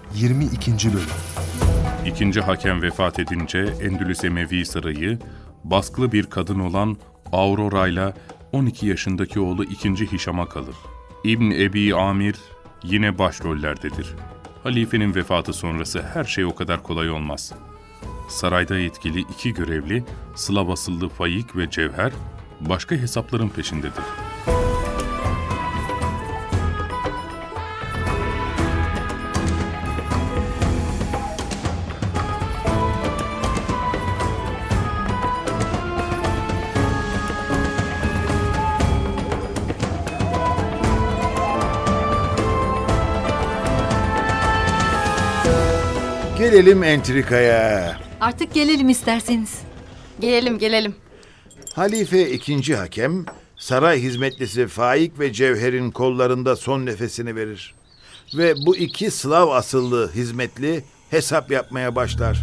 22. Bölüm. İkinci hakem vefat edince Endülüs Emevi Sarayı, baskılı bir kadın olan Aurora'yla 12 yaşındaki oğlu 2. Hişam'a kalır. İbn Ebi Amir yine başrollerdedir. Halifenin vefatı sonrası her şey o kadar kolay olmaz. Sarayda yetkili 2 görevli, Slav asıllı Faik ve Cevher, başka hesapların peşindedir. Gelelim entrikaya. Artık gelelim isterseniz. Gelelim. Halife 2. hakem, saray hizmetlisi Faik ve Cevher'in kollarında son nefesini verir. Ve bu 2 Slav asıllı hizmetli hesap yapmaya başlar.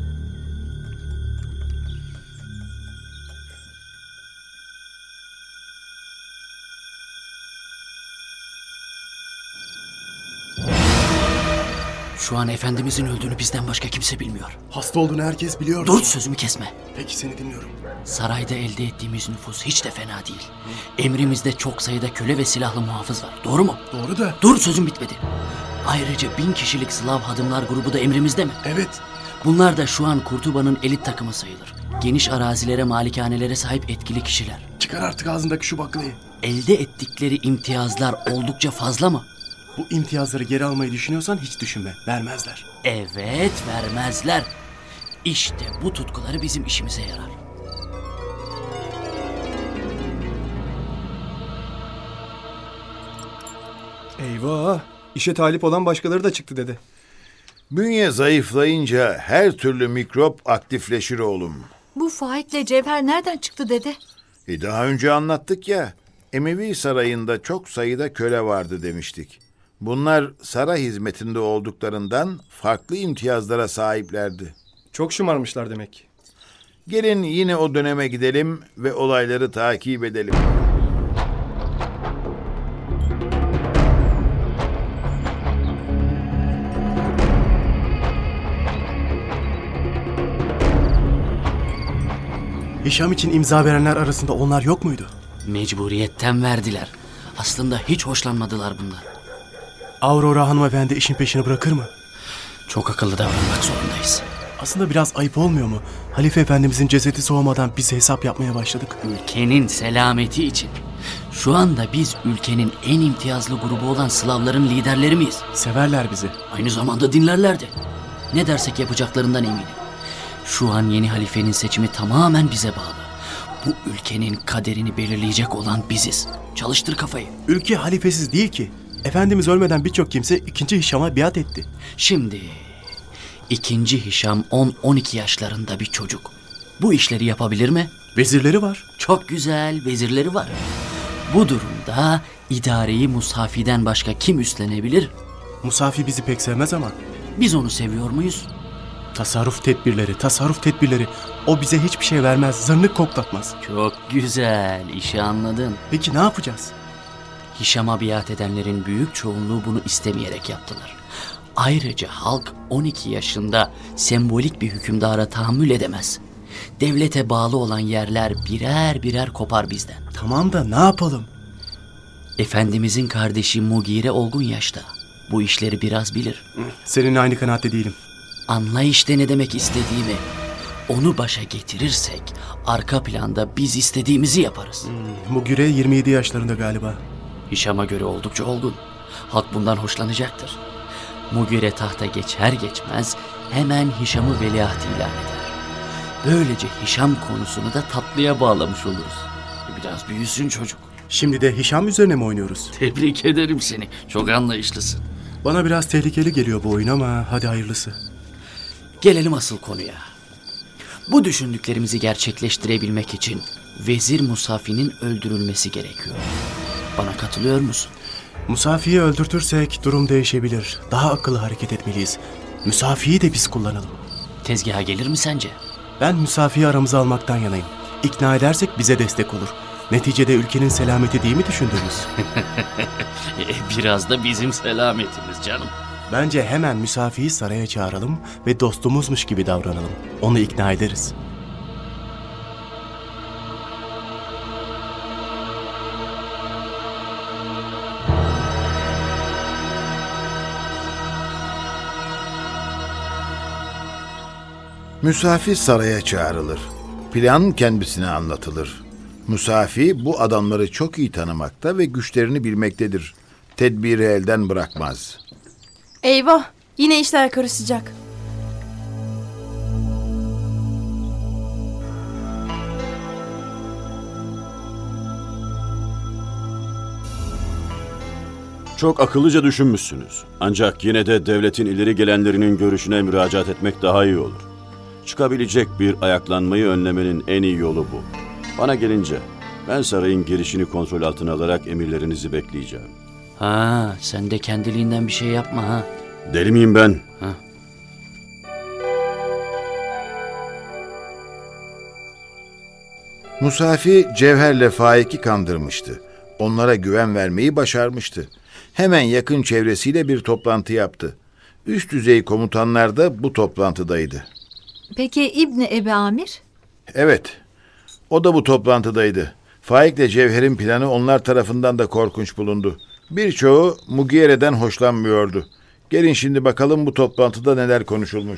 Şu an Efendimizin öldüğünü bizden başka kimse bilmiyor. Hasta olduğunu herkes biliyor. Dur, sözümü kesme. Peki, seni dinliyorum. Sarayda elde ettiğimiz nüfus hiç de fena değil. Emrimizde çok sayıda köle ve silahlı muhafız var. Doğru mu? Doğru da... Dur, sözüm bitmedi. Ayrıca 1000 kişilik Slav hadımlar grubu da emrimizde mi? Evet. Bunlar da şu an Kurtuba'nın elit takımı sayılır. Geniş arazilere, malikanelere sahip etkili kişiler. Çıkar artık ağzındaki şu baklayı. Elde ettikleri imtiyazlar oldukça fazla mı? Bu imtiyazları geri almayı düşünüyorsan hiç düşünme. Vermezler. Evet, vermezler. İşte bu tutkuları bizim işimize yarar. Eyvah! İşe talip olan başkaları da çıktı dede. Bünye zayıflayınca her türlü mikrop aktifleşir oğlum. Bu Faik'le Cevher nereden çıktı dede? Daha önce anlattık ya, Emevi sarayında çok sayıda köle vardı demiştik. Bunlar saray hizmetinde olduklarından farklı imtiyazlara sahiplerdi. Çok şımarmışlar demek. Gelin yine o döneme gidelim ve olayları takip edelim. Hişam için imza verenler arasında onlar yok muydu? Mecburiyetten verdiler. Aslında hiç hoşlanmadılar bundan. Aurora hanımefendi işin peşini bırakır mı? Çok akıllı davranmak zorundayız. Aslında biraz ayıp olmuyor mu? Halife Efendimizin cesedi soğumadan biz hesap yapmaya başladık. Ülkenin selameti için. Şu anda biz ülkenin en imtiyazlı grubu olan Slavların liderleri miyiz? Severler bizi. Aynı zamanda dinlerler de. Ne dersek yapacaklarından eminim. Şu an yeni halifenin seçimi tamamen bize bağlı. Bu ülkenin kaderini belirleyecek olan biziz. Çalıştır kafayı. Ülke halifesiz değil ki. Efendimiz ölmeden birçok kimse 2. Hişam'a biat etti. Şimdi 2. Hişam 10-12 yaşlarında bir çocuk. Bu işleri yapabilir mi? Vezirleri var. Çok güzel, vezirleri var. Bu durumda idareyi Musafi'den başka kim üstlenebilir? Musafi bizi pek sevmez ama. Biz onu seviyor muyuz? Tasarruf tedbirleri. O bize hiçbir şey vermez, zırnık koklatmaz. Çok güzel, işi anladın. Peki ne yapacağız? Hişam'a biat edenlerin büyük çoğunluğu bunu istemeyerek yaptılar. Ayrıca halk 12 yaşında sembolik bir hükümdara tahammül edemez. Devlete bağlı olan yerler birer birer kopar bizden. Tamam da ne yapalım? Efendimizin kardeşi Mugire olgun yaşta. Bu işleri biraz bilir. Seninle aynı kanaatte değilim. Anla işte ne demek istediğimi. Onu başa getirirsek arka planda biz istediğimizi yaparız. Mugire 27 yaşlarında galiba. Hişam'a göre oldukça olgun. Halk bundan hoşlanacaktır. Mugire tahta geçer geçmez hemen Hişam'ı veliaht ilan eder. Böylece Hişam konusunu da tatlıya bağlamış oluruz. Biraz büyüsün çocuk. Şimdi de Hişam üzerine mi oynuyoruz? Tebrik ederim seni. Çok anlayışlısın. Bana biraz tehlikeli geliyor bu oyun ama hadi hayırlısı. Gelelim asıl konuya. Bu düşündüklerimizi gerçekleştirebilmek için Vezir Musafi'nin öldürülmesi gerekiyor. Bana katılıyor musun? Musafi'yi öldürtürsek durum değişebilir. Daha akıllı hareket etmeliyiz. Musafi'yi de biz kullanalım. Tezgaha gelir mi sence? Ben Musafi'yi aramıza almaktan yanayım. İkna edersek bize destek olur. Neticede ülkenin selameti değil mi düşündüğümüz? Biraz da bizim selametimiz canım. Bence hemen Müsafi'yi saraya çağıralım ve dostumuzmuş gibi davranalım. Onu ikna ederiz. Müsafi saraya çağrılır. Plan kendisine anlatılır. Müsafi bu adamları çok iyi tanımakta ve güçlerini bilmektedir. Tedbiri elden bırakmaz. Eyvah, yine işler karışacak. Çok akıllıca düşünmüşsünüz. Ancak yine de devletin ileri gelenlerinin görüşüne müracaat etmek daha iyi olur. Çıkabilecek bir ayaklanmayı önlemenin en iyi yolu bu. Bana gelince ben sarayın girişini kontrol altına alarak emirlerinizi bekleyeceğim. Ha, sen de kendiliğinden bir şey yapma ha. Deli miyim ben? Ha. Müsafi Cevher'le Faik'i kandırmıştı. Onlara güven vermeyi başarmıştı. Hemen yakın çevresiyle bir toplantı yaptı. Üst düzey komutanlar da bu toplantıdaydı. Peki İbni Ebi Amir? Evet, o da bu toplantıdaydı. Faik'le Cevher'in planı onlar tarafından da korkunç bulundu. Birçoğu Mugiyere'den hoşlanmıyordu. Gelin şimdi bakalım bu toplantıda neler konuşulmuş.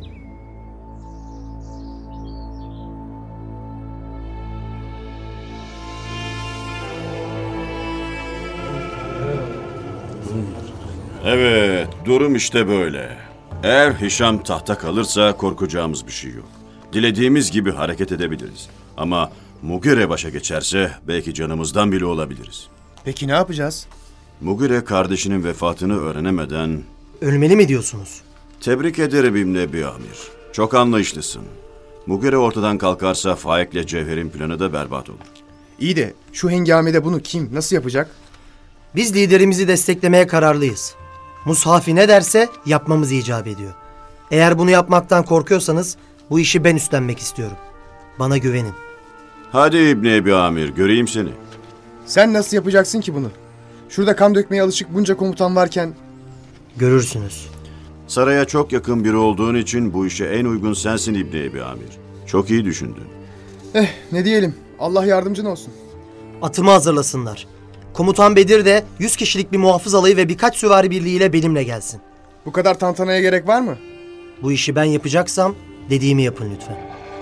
Evet, durum işte böyle. Eğer Hişam tahta kalırsa korkacağımız bir şey yok. Dilediğimiz gibi hareket edebiliriz. Ama Mugire başa geçerse belki canımızdan bile olabiliriz. Peki ne yapacağız? Mugire kardeşinin vefatını öğrenemeden... Ölmeli mi diyorsunuz? Tebrik ederim İbn Ebi Amir. Çok anlayışlısın. Mugire ortadan kalkarsa Faik'le Cevher'in planı da berbat olur. İyi de şu hengamede bunu kim, nasıl yapacak? Biz liderimizi desteklemeye kararlıyız. Mushafi ne derse yapmamız icap ediyor. Eğer bunu yapmaktan korkuyorsanız bu işi ben üstlenmek istiyorum. Bana güvenin. Hadi İbn Ebi Amir, göreyim seni. Sen nasıl yapacaksın ki bunu? Şurada kan dökmeye alışık bunca komutan varken... Görürsünüz. Saraya çok yakın biri olduğun için bu işe en uygun sensin İbn Ebi Amir. Çok iyi düşündün. Ne diyelim, Allah yardımcın olsun. Atımı hazırlasınlar. Komutan Bedir de 100 kişilik bir muhafız alayı ve birkaç süvari birliğiyle benimle gelsin. Bu kadar tantanaya gerek var mı? Bu işi ben yapacaksam dediğimi yapın lütfen.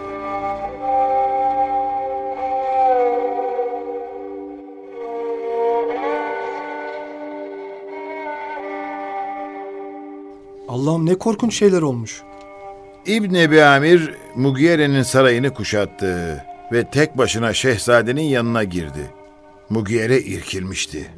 Allah'ım ne korkunç şeyler olmuş. İbn Ebi Amir Mugiyere'nin sarayını kuşattı ve tek başına şehzadenin yanına girdi. Mugiyere irkilmişti.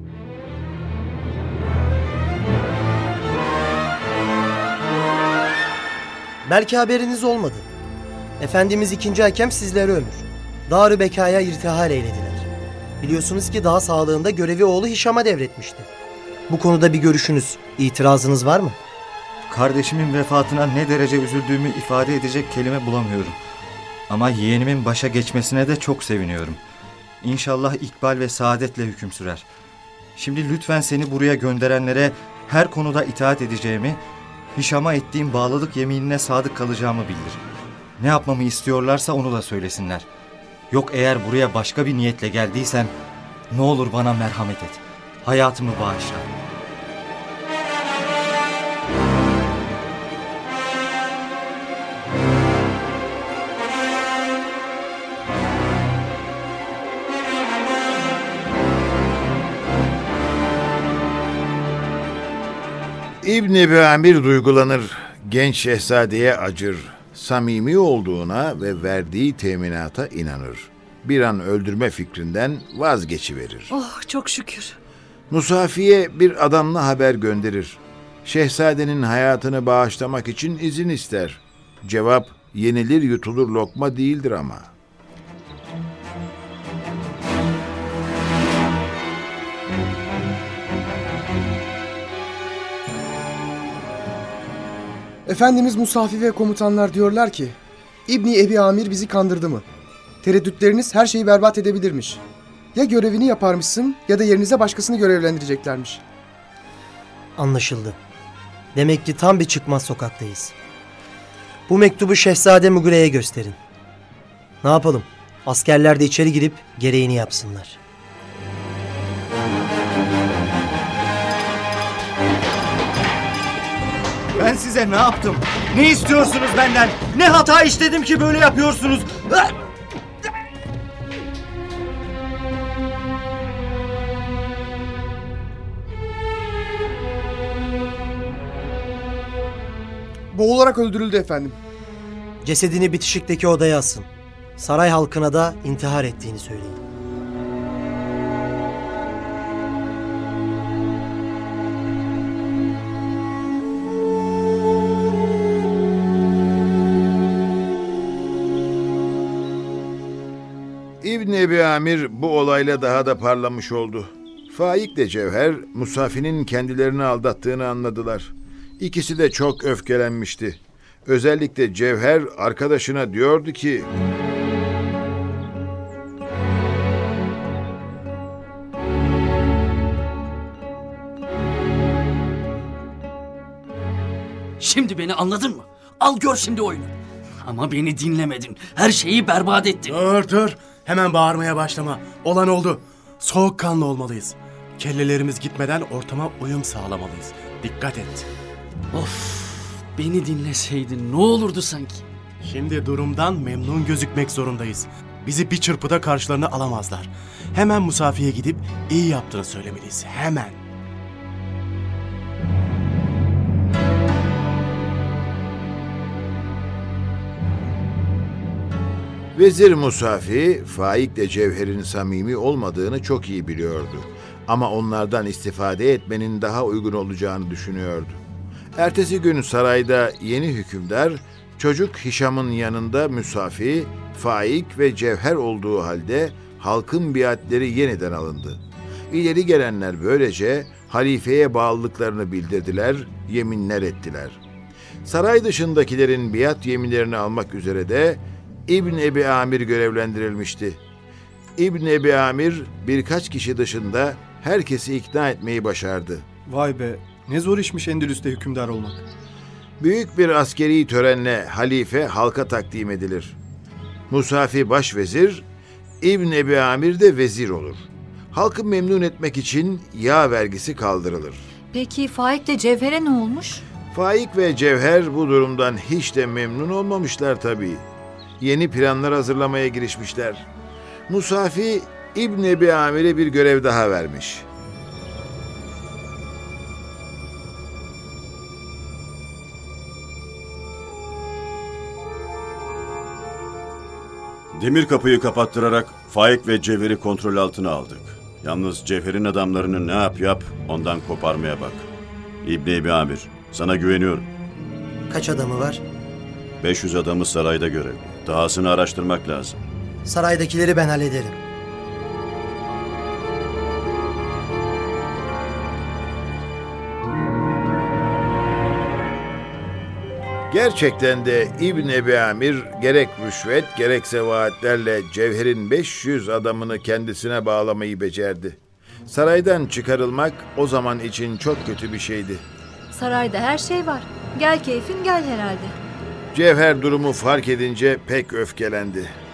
Belki haberiniz olmadı. Efendimiz 2. Hakem sizlere ömür. Dar-ı Beka'ya irtihal eylediler. Biliyorsunuz ki daha sağlığında görevi oğlu Hişam'a devretmişti. Bu konuda bir görüşünüz, itirazınız var mı? Kardeşimin vefatına ne derece üzüldüğümü ifade edecek kelime bulamıyorum. Ama yeğenimin başa geçmesine de çok seviniyorum. İnşallah ikbal ve saadetle hüküm sürer. Şimdi lütfen seni buraya gönderenlere her konuda itaat edeceğimi, Hişam'a ettiğim bağlılık yeminine sadık kalacağımı bildir. Ne yapmamı istiyorlarsa onu da söylesinler. Yok eğer buraya başka bir niyetle geldiysem ne olur bana merhamet et. Hayatımı bağışla. İbn Ebi Amir duygulanır, genç şehzadeye acır, samimi olduğuna ve verdiği teminata inanır. Bir an öldürme fikrinden vazgeçiverir. Oh çok şükür. Musafi'ye bir adamla haber gönderir. Şehzadenin hayatını bağışlamak için izin ister. Cevap yenilir yutulur lokma değildir ama. Efendimiz Musafi ve komutanlar diyorlar ki İbni Ebi Amir bizi kandırdı mı? Tereddütleriniz her şeyi berbat edebilirmiş. Ya görevini yaparmışsın ya da yerinize başkasını görevlendireceklermiş. Anlaşıldı. Demek ki tam bir çıkmaz sokaktayız. Bu mektubu Şehzade Mugire'ye gösterin. Ne yapalım? Askerler de içeri girip gereğini yapsınlar. Ben size ne yaptım? Ne istiyorsunuz benden? Ne hata işledim ki böyle yapıyorsunuz? Boğularak öldürüldü efendim. Cesedini bitişikteki odaya asın. Saray halkına da intihar ettiğini söyleyin. İbn Ebi Amir bu olayla daha da parlamış oldu. Faik de Cevher, Musafi'nin kendilerini aldattığını anladılar. İkisi de çok öfkelenmişti. Özellikle Cevher arkadaşına diyordu ki... Şimdi beni anladın mı? Al gör şimdi oyunu. Ama beni dinlemedin. Her şeyi berbat ettin. Dur. Hemen bağırmaya başlama. Olan oldu. Soğukkanlı olmalıyız. Kellelerimiz gitmeden ortama uyum sağlamalıyız. Dikkat et. Of, beni dinleseydin ne olurdu sanki? Şimdi durumdan memnun gözükmek zorundayız. Bizi bir çırpıda karşılarına alamazlar. Hemen Musafi'ye gidip iyi yaptığını söylemeliyiz. Hemen. Vezir Musafi, Faik'le Cevher'in samimi olmadığını çok iyi biliyordu. Ama onlardan istifade etmenin daha uygun olacağını düşünüyordu. Ertesi gün sarayda yeni hükümdar, çocuk Hişam'ın yanında Musafi, Faik ve Cevher olduğu halde halkın biatleri yeniden alındı. İleri gelenler böylece halifeye bağlılıklarını bildirdiler, yeminler ettiler. Saray dışındakilerin biat yeminlerini almak üzere de İbn Ebi Amir görevlendirilmişti. İbn Ebi Amir birkaç kişi dışında herkesi ikna etmeyi başardı. Vay be, ne zor işmiş Endülüs'te hükümdar olmak. Büyük bir askeri törenle halife halka takdim edilir. Musafi başvezir, İbn Ebi Amir de vezir olur. Halkı memnun etmek için yağ vergisi kaldırılır. Peki Faik'le Cevher'e ne olmuş? Faik ve Cevher bu durumdan hiç de memnun olmamışlar tabii. Yeni planlar hazırlamaya girişmişler. Musafi İbn Ebi Amir'e bir görev daha vermiş. Demir kapıyı kapattırarak Faik ve Cevher'i kontrol altına aldık. Yalnız Cevher'in adamlarını ne yap ondan koparmaya bak. İbn Ebi Amir, sana güveniyorum. Kaç adamı var? 500 adamı sarayda görevli. Dahasını araştırmak lazım. Saraydakileri ben hallederim. Gerçekten de İbn Ebi Amir gerek rüşvet gerekse vaatlerle Cevher'in 500 adamını kendisine bağlamayı becerdi. Saraydan çıkarılmak o zaman için çok kötü bir şeydi. Sarayda her şey var. Gel keyfin gel herhalde. Cevher durumu fark edince pek öfkelendi.